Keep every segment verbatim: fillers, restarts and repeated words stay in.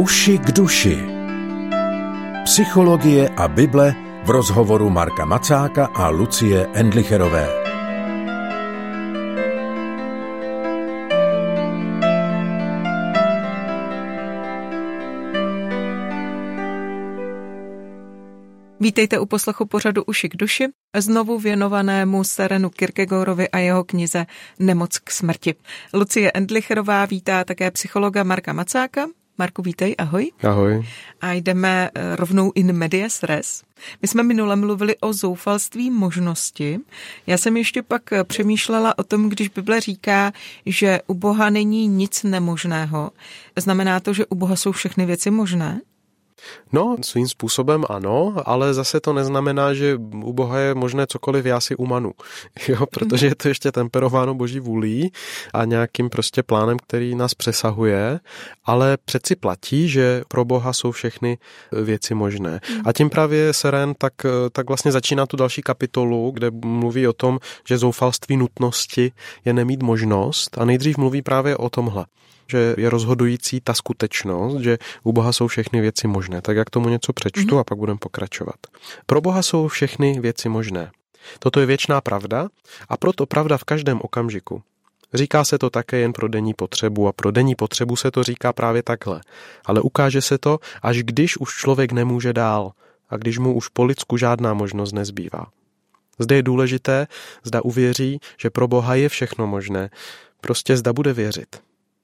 Uši k duši. Psychologie a Bible v rozhovoru Marka Macáka a Lucie Endlicherové. Vítejte u poslechu pořadu Uši k duši, znovu věnovanému Sørenu Kierkegaardovi a jeho knize Nemoc k smrti. Lucie Endlicherová vítá také psychologa Marka Macáka. Marku, vítej, ahoj. Ahoj. A jdeme rovnou in medias res. My jsme minule mluvili o zoufalství možnosti. Já jsem ještě pak přemýšlela o tom, když Bible říká, že u Boha není nic nemožného. Znamená to, že u Boha jsou všechny věci možné? No, svým způsobem ano, ale zase to neznamená, že u Boha je možné cokoliv já si umanu, jo, protože je to ještě temperováno Boží vůlí a nějakým prostě plánem, který nás přesahuje, ale přeci platí, že pro Boha jsou všechny věci možné. A tím právě Søren tak, tak vlastně začíná tu další kapitolu, kde mluví o tom, že zoufalství nutnosti je nemít možnost a nejdřív mluví právě o tomhle, že je rozhodující ta skutečnost, že u Boha jsou všechny věci možné. Tak jak tomu něco přečtu mm-hmm. a pak budeme pokračovat. Pro Boha jsou všechny věci možné. Toto je věčná pravda a proto pravda v každém okamžiku. Říká se to také jen pro denní potřebu a pro denní potřebu se to říká právě takhle. Ale ukáže se to, až když už člověk nemůže dál a když mu už po lidsku žádná možnost nezbývá. Zde je důležité, zda uvěří, že pro Boha je všechno možné. Prostě zda bude věřit.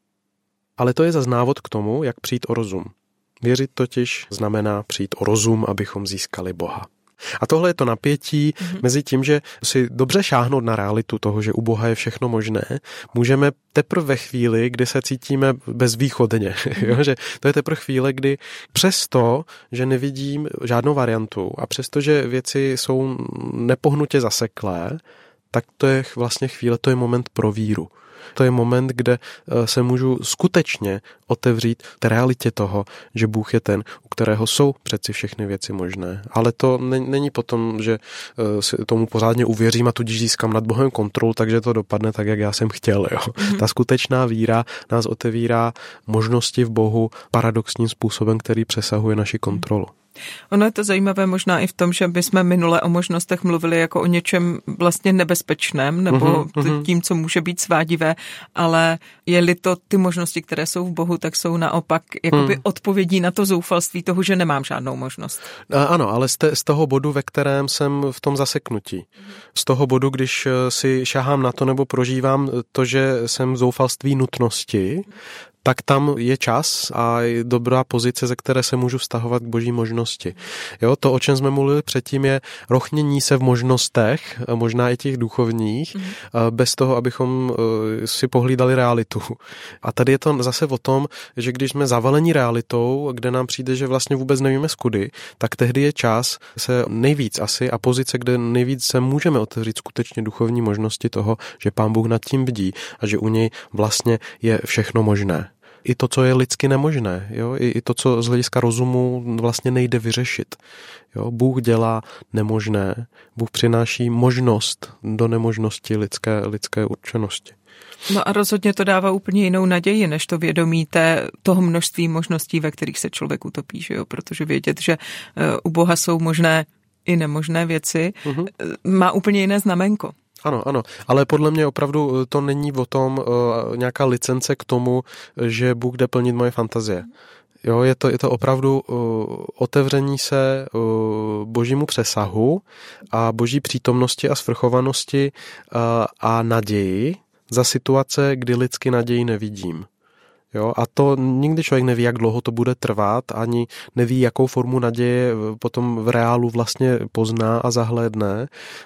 Ale to je zas návod k tomu, jak přijít o rozum. Věřit totiž znamená přijít o rozum, abychom získali Boha. A tohle je to napětí mm-hmm. mezi tím, že si dobře šáhnout na realitu toho, že u Boha je všechno možné, můžeme teprve ve chvíli, kdy se cítíme bezvýchodně. Mm-hmm. Jo? Že to je teprve chvíle, kdy přesto, že nevidím žádnou variantu a přesto, že věci jsou nepohnutě zaseklé, tak to je vlastně chvíle, to je moment pro víru. To je moment, kde se můžu skutečně otevřít té realitě toho, že Bůh je ten, u kterého jsou přeci všechny věci možné. Ale to není potom, že si tomu pořádně uvěřím a tudíž získám nad Bohem kontrolu, takže to dopadne tak, jak já jsem chtěl. Jo. Mm-hmm. Ta skutečná víra nás otevírá možnosti v Bohu paradoxním způsobem, který přesahuje naši kontrolu. Ono je to zajímavé možná i v tom, že bychom minule o možnostech mluvili jako o něčem vlastně nebezpečném, nebo uh-huh, tím, co může být svádivé, ale je-li to ty možnosti, které jsou v Bohu, tak jsou naopak jakoby uh-huh. odpovědí na to zoufalství toho, že nemám žádnou možnost. A ano, ale z, te, z toho bodu, ve kterém jsem v tom zaseknutí. Uh-huh. Z toho bodu, když si šahám na to nebo prožívám to, že jsem v zoufalství nutnosti, tak tam je čas a je dobrá pozice, ze které se můžu vztahovat k Boží možnosti. Jo, to, o čem jsme mluvili předtím, je rochnění se v možnostech, možná i těch duchovních, mm. bez toho, abychom si pohlídali realitu. A tady je to zase o tom, že když jsme zavaleni realitou, kde nám přijde, že vlastně vůbec nevíme skudy, tak tehdy je čas se nejvíc asi a pozice, kde nejvíc se můžeme otevřít skutečně duchovní možnosti toho, že Pán Bůh nad tím bdí a že u něj vlastně je všechno možné. I to, co je lidsky nemožné, jo? I, i to, co z hlediska rozumu vlastně nejde vyřešit. Jo? Bůh dělá nemožné, Bůh přináší možnost do nemožnosti lidské, lidské určenosti. No a rozhodně to dává úplně jinou naději, než to vědomí té, toho množství možností, ve kterých se člověk utopí, že jo? Protože vědět, že u Boha jsou možné i nemožné věci, uh-huh. má úplně jiné znamenko. Ano, ano, ale podle mě opravdu to není o tom uh, nějaká licence k tomu, že Bůh jde plnit moje fantazie. Jo, je to, je to opravdu uh, otevření se uh, Božímu přesahu a Boží přítomnosti a svrchovanosti uh, a naději za situace, kdy lidsky naději nevidím. Jo, a to nikdy člověk neví, jak dlouho to bude trvat, ani neví, jakou formu naděje potom v reálu vlastně pozná a zahlédne.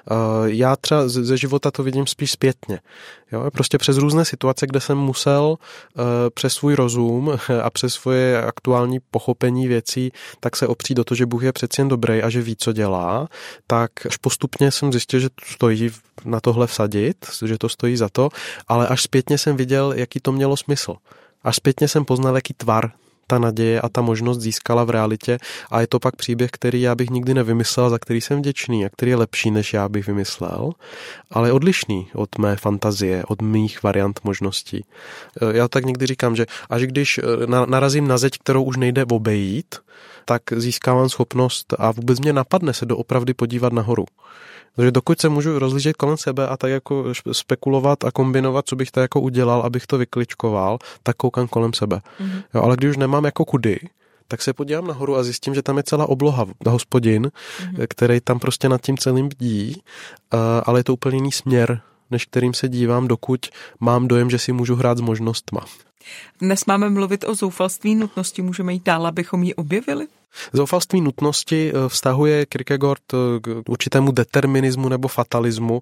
Já třeba ze života to vidím spíš zpětně. Jo, prostě přes různé situace, kde jsem musel přes svůj rozum a přes svoje aktuální pochopení věcí, tak se opřít do toho, že Bůh je přeci jen dobrý a že ví, co dělá, tak až postupně jsem zjistil, že stojí na tohle vsadit, že to stojí za to, ale až zpětně jsem viděl, jaký to mělo smysl. Až zpětně jsem poznal, jaký tvar ta naděje a ta možnost získala v realitě a je to pak příběh, který já bych nikdy nevymyslel, za který jsem vděčný a který je lepší, než já bych vymyslel, ale odlišný od mé fantazie, od mých variant možností. Já tak někdy říkám, že až když narazím na zeď, kterou už nejde obejít, tak získávám schopnost a vůbec mě napadne se doopravdy podívat nahoru. Takže dokud se můžu rozlížet kolem sebe a tak jako spekulovat a kombinovat, co bych to jako udělal, abych to vykličkoval, tak koukám kolem sebe. Mm-hmm. Jo, ale když už nemám jako kudy, tak se podívám nahoru a zjistím, že tam je celá obloha, hospodin, mm-hmm. který tam prostě nad tím celým bdí, ale je to úplně jiný směr, než kterým se dívám, dokud mám dojem, že si můžu hrát s možnostma. Dnes máme mluvit o zoufalství nutnosti, můžeme jít dál, abychom ji objevili? Zoufalství nutnosti vztahuje Kierkegaard k určitému determinismu nebo fatalismu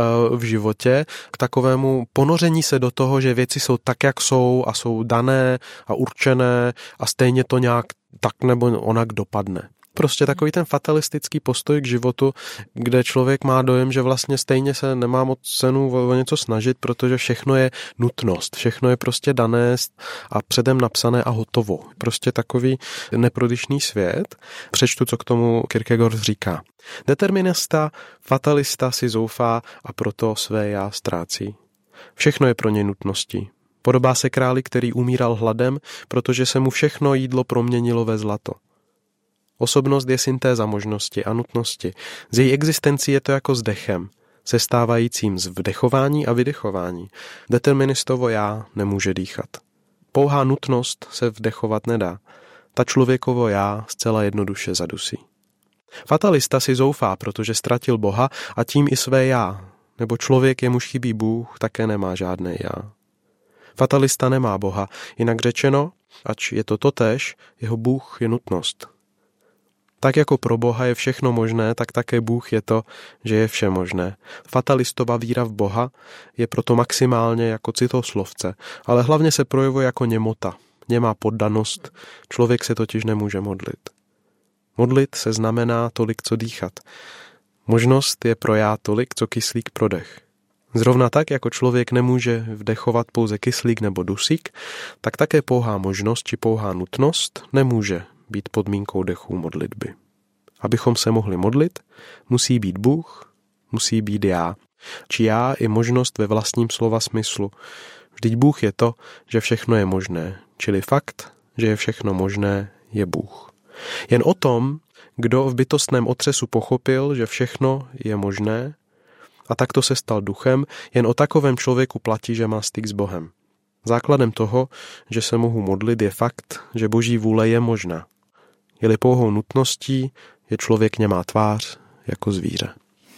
v životě, k takovému ponoření se do toho, že věci jsou tak, jak jsou a jsou dané a určené a stejně to nějak tak nebo onak dopadne. Prostě takový ten fatalistický postoj k životu, kde člověk má dojem, že vlastně stejně se nemá moc cenu o něco snažit, protože všechno je nutnost, všechno je prostě dané a předem napsané a hotovo. Prostě takový neprodyšný svět. Přečtu, co k tomu Kierkegaard říká. Determinista, fatalista si zoufá a proto své já ztrácí. Všechno je pro něj nutností. Podobá se králi, který umíral hladem, protože se mu všechno jídlo proměnilo ve zlato. Osobnost je syntéza možnosti a nutnosti. Z její existencí je to jako s dechem, sestávajícím z vdechování a vydechování. Deterministovo já nemůže dýchat. Pouhá nutnost se vdechovat nedá. Ta člověkovo já zcela jednoduše zadusí. Fatalista si zoufá, protože ztratil Boha a tím i své já, nebo člověk, jemuž chybí Bůh, také nemá žádné já. Fatalista nemá Boha, jinak řečeno, ač je to totéž, jeho Bůh je nutnost. Tak jako pro Boha je všechno možné, tak také Bůh je to, že je vše možné. Fatalistova víra v Boha je proto maximálně jako citoslovce, ale hlavně se projevuje jako němota, němá poddanost, člověk se totiž nemůže modlit. Modlit se znamená tolik, co dýchat. Možnost je pro já tolik, co kyslík pro dech. Zrovna tak, jako člověk nemůže vdechovat pouze kyslík nebo dusík, tak také pouhá možnost či pouhá nutnost nemůže být podmínkou dechu modlitby. Abychom se mohli modlit, musí být Bůh, musí být já. Či já i možnost ve vlastním slova smyslu. Vždyť Bůh je to, že všechno je možné, čili fakt, že je všechno možné, je Bůh. Jen o tom, kdo v bytostném otřesu pochopil, že všechno je možné, a takto se stal duchem, jen o takovém člověku platí, že má styk s Bohem. Základem toho, že se mohu modlit, je fakt, že Boží vůle je možná. Je-li pouhou nutností, je člověk němá tvář jako zvíře.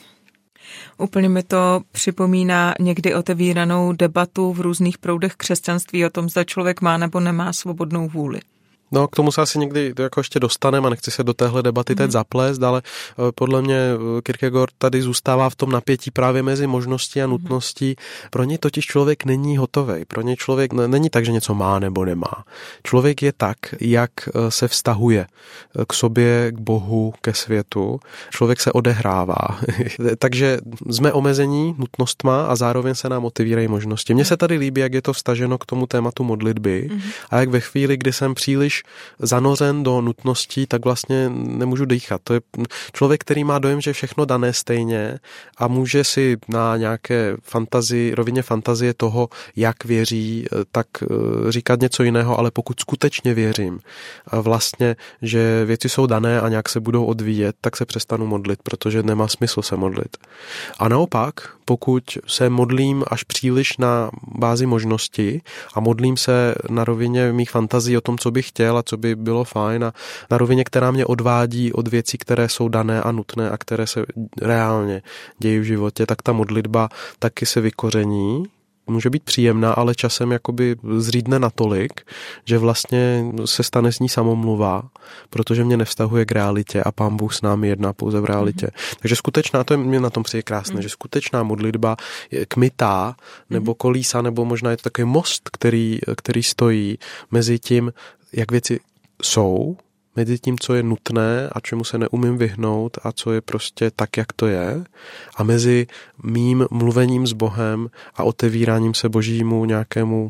Úplně mi to připomíná někdy otevíranou debatu v různých proudech křesťanství o tom, zda člověk má nebo nemá svobodnou vůli. No, k tomu se asi někdy jako ještě dostaneme a nechci se do téhle debaty teď zaplést, ale podle mě Kierkegaard tady zůstává v tom napětí právě mezi možností a nutností. Pro něj totiž člověk není hotovej. Pro něj člověk není tak, že něco má nebo nemá. Člověk je tak, jak se vztahuje k sobě, k Bohu, ke světu. Člověk se odehrává. Takže jsme omezení nutnostma a zároveň se nám otevírají možnosti. Mně se tady líbí, jak je to vztaženo k tomu tématu modlitby a jak ve chvíli, kdy jsem příliš zanořen do nutností, tak vlastně nemůžu dýchat. To je člověk, který má dojem, že všechno dané stejně a může si na nějaké fantazii, rovině fantazie toho, jak věří, tak říkat něco jiného, ale pokud skutečně věřím vlastně, že věci jsou dané a nějak se budou odvíjet, tak se přestanu modlit, protože nemá smysl se modlit. A naopak, pokud se modlím až příliš na bázi možnosti a modlím se na rovině mých fantazií o tom, co bych chtěl a co by bylo fajn a na rovině, která mě odvádí od věcí, které jsou dané a nutné a které se reálně dějí v životě, tak ta modlitba taky se vykoření. Může být příjemná, ale časem jakoby zřídne natolik, že vlastně se stane s ní samomluva, protože mě nevztahuje k realitě a Pán Bůh s námi jedná pouze v realitě. Mm-hmm. Takže skutečná, to je mě na tom přijde krásné, mm-hmm. že skutečná modlitba je kmitá, nebo kolísa, nebo možná je to takový most, který, který stojí mezi tím, jak věci jsou, mezi tím, co je nutné a čemu se neumím vyhnout a co je prostě tak, jak to je, a mezi mým mluvením s Bohem a otevíráním se Božímu nějakému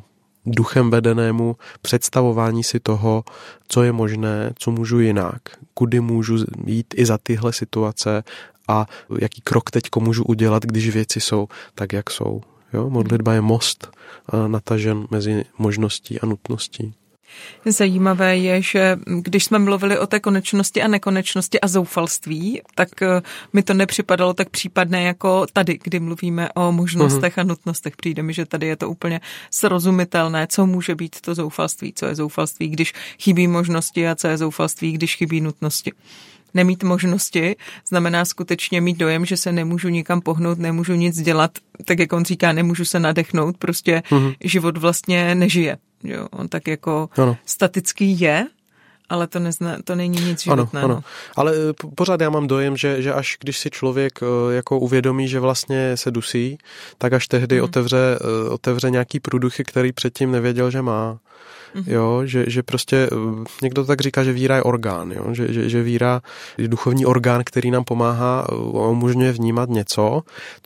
duchem vedenému představování si toho, co je možné, co můžu jinak, kudy můžu jít i za tyhle situace a jaký krok teďko můžu udělat, když věci jsou tak, jak jsou. Jo? Modlitba je most natažen mezi možností a nutností. Zajímavé je, že když jsme mluvili o té konečnosti a nekonečnosti a zoufalství, tak mi to nepřipadalo tak případné jako tady, kdy mluvíme o možnostech mm. a nutnostech. Přijde mi, že tady je to úplně srozumitelné, co může být to zoufalství, co je zoufalství, když chybí možnosti a co je zoufalství, když chybí nutnosti. Nemít možnosti znamená skutečně mít dojem, že se nemůžu nikam pohnout, nemůžu nic dělat, tak jak on říká, nemůžu se nadechnout, prostě mm. život vlastně nežije. Jo, on tak jako ano. statický je, ale to, nezna, to není nic životného. Ano, ano. Ale pořád já mám dojem, že, že až když si člověk jako uvědomí, že vlastně se dusí, tak až tehdy hmm. otevře, otevře nějaký průduchy, který předtím nevěděl, že má. Hmm. Jo, že, že prostě někdo tak říká, že víra je orgán, jo? Že, že, že víra je duchovní orgán, který nám pomáhá, umožňuje vnímat něco,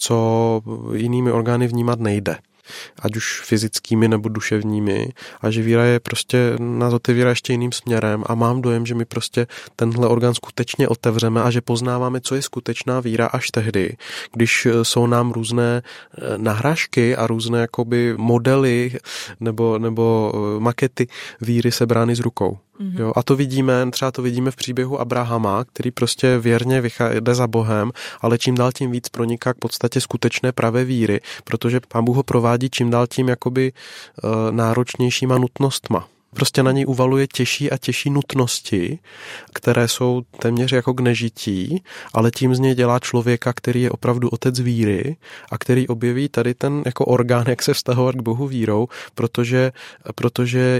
co jinými orgány vnímat nejde. Ať už fyzickými nebo duševními, a že víra je prostě, nás otevírá ještě jiným směrem a mám dojem, že my prostě tenhle orgán skutečně otevřeme a že poznáváme, co je skutečná víra až tehdy, když jsou nám různé nahrážky a různé jakoby modely nebo, nebo makety víry sebrány z rukou. Mm-hmm. Jo, a to vidíme, třeba to vidíme v příběhu Abrahama, který prostě věrně jde za Bohem, ale čím dál tím víc proniká k podstatě skutečné pravé víry, protože Pán Bůh ho provádí čím dál tím jakoby uh, náročnějšíma nutnostma. Prostě na něj uvaluje těžší a těžší nutnosti, které jsou téměř jako k nežití, ale tím z něj dělá člověka, který je opravdu otec víry a který objeví tady ten jako orgán, jak se vztahovat k Bohu vírou, protože, protože,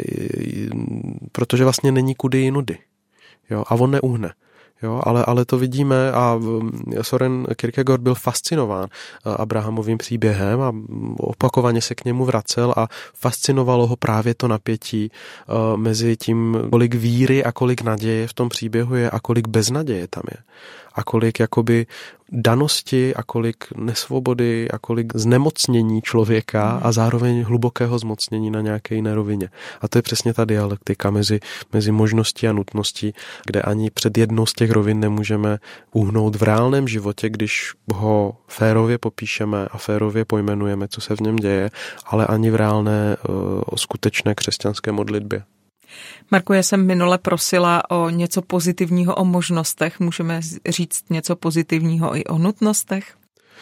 protože vlastně není kudy jinudy. Jo? A on neuhne. Jo, ale, ale to vidíme a Søren Kierkegaard byl fascinován Abrahamovým příběhem a opakovaně se k němu vracel a fascinovalo ho právě to napětí mezi tím, kolik víry a kolik naděje v tom příběhu je a kolik beznaděje tam je. A kolik jakoby danosti a kolik nesvobody a kolik znemocnění člověka a zároveň hlubokého zmocnění na nějaké jiné rovině. A to je přesně ta dialektika mezi, mezi možností a nutností, kde ani před jednou z těch rovin nemůžeme uhnout v reálném životě, když ho férově popíšeme a férově pojmenujeme, co se v něm děje, ale ani v reálné uh, skutečné křesťanské modlitbě. Marku, já jsem minule prosila o něco pozitivního o možnostech. Můžeme říct něco pozitivního i o nutnostech?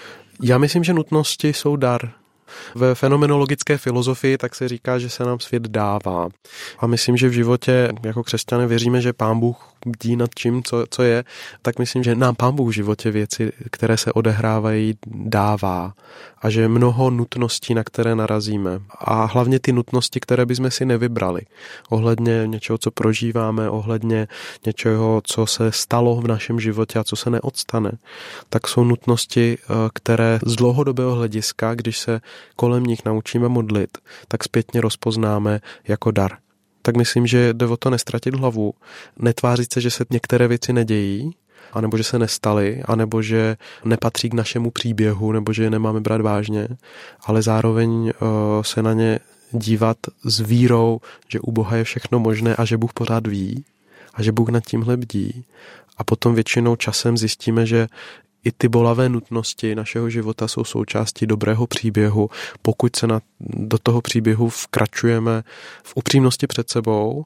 Já myslím, že nutnosti jsou dar. Ve fenomenologické filozofii tak se říká, že se nám svět dává. A myslím, že v životě jako křesťané věříme, že Pán Bůh bdí nad čím, co, co je, tak myslím, že nám Pán Bůh v životě věci, které se odehrávají, dává. A že mnoho nutností, na které narazíme. A hlavně ty nutnosti, které bychom si nevybrali. Ohledně něčeho, co prožíváme, ohledně něčeho, co se stalo v našem životě a co se neodstane. Tak jsou nutnosti, které z dlouhodobého hlediska, když se kolem nich naučíme modlit, tak zpětně rozpoznáme jako dar. Tak myslím, že jde o to nestratit hlavu, netvářit se, že se některé věci nedějí, anebo že se nestaly, anebo že nepatří k našemu příběhu, nebo že je nemáme brát vážně, ale zároveň uh, se na ně dívat s vírou, že u Boha je všechno možné a že Bůh pořád ví a že Bůh nad tímhle bdí. A potom většinou časem zjistíme, že i ty bolavé nutnosti našeho života jsou součástí dobrého příběhu, pokud se na, do toho příběhu vkračujeme v upřímnosti před sebou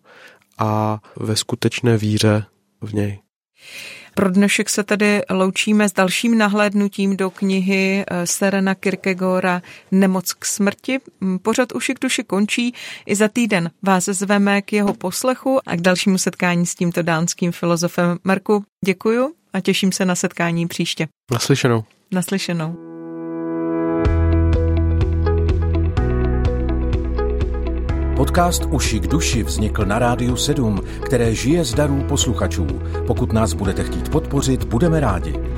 a ve skutečné víře v něj. Pro dnešek se tedy loučíme s dalším nahlédnutím do knihy Sørena Kierkegaarda Nemoc k smrti. Pořad Uši k duši končí. I za týden vás zveme k jeho poslechu a k dalšímu setkání s tímto dánským filozofem. Marku, děkuju a těším se na setkání příště. Naslyšenou. Naslyšenou. Podcast Uši k duši vznikl na Rádiu sedm, které žije z darů posluchačů. Pokud nás budete chtít podpořit, budeme rádi.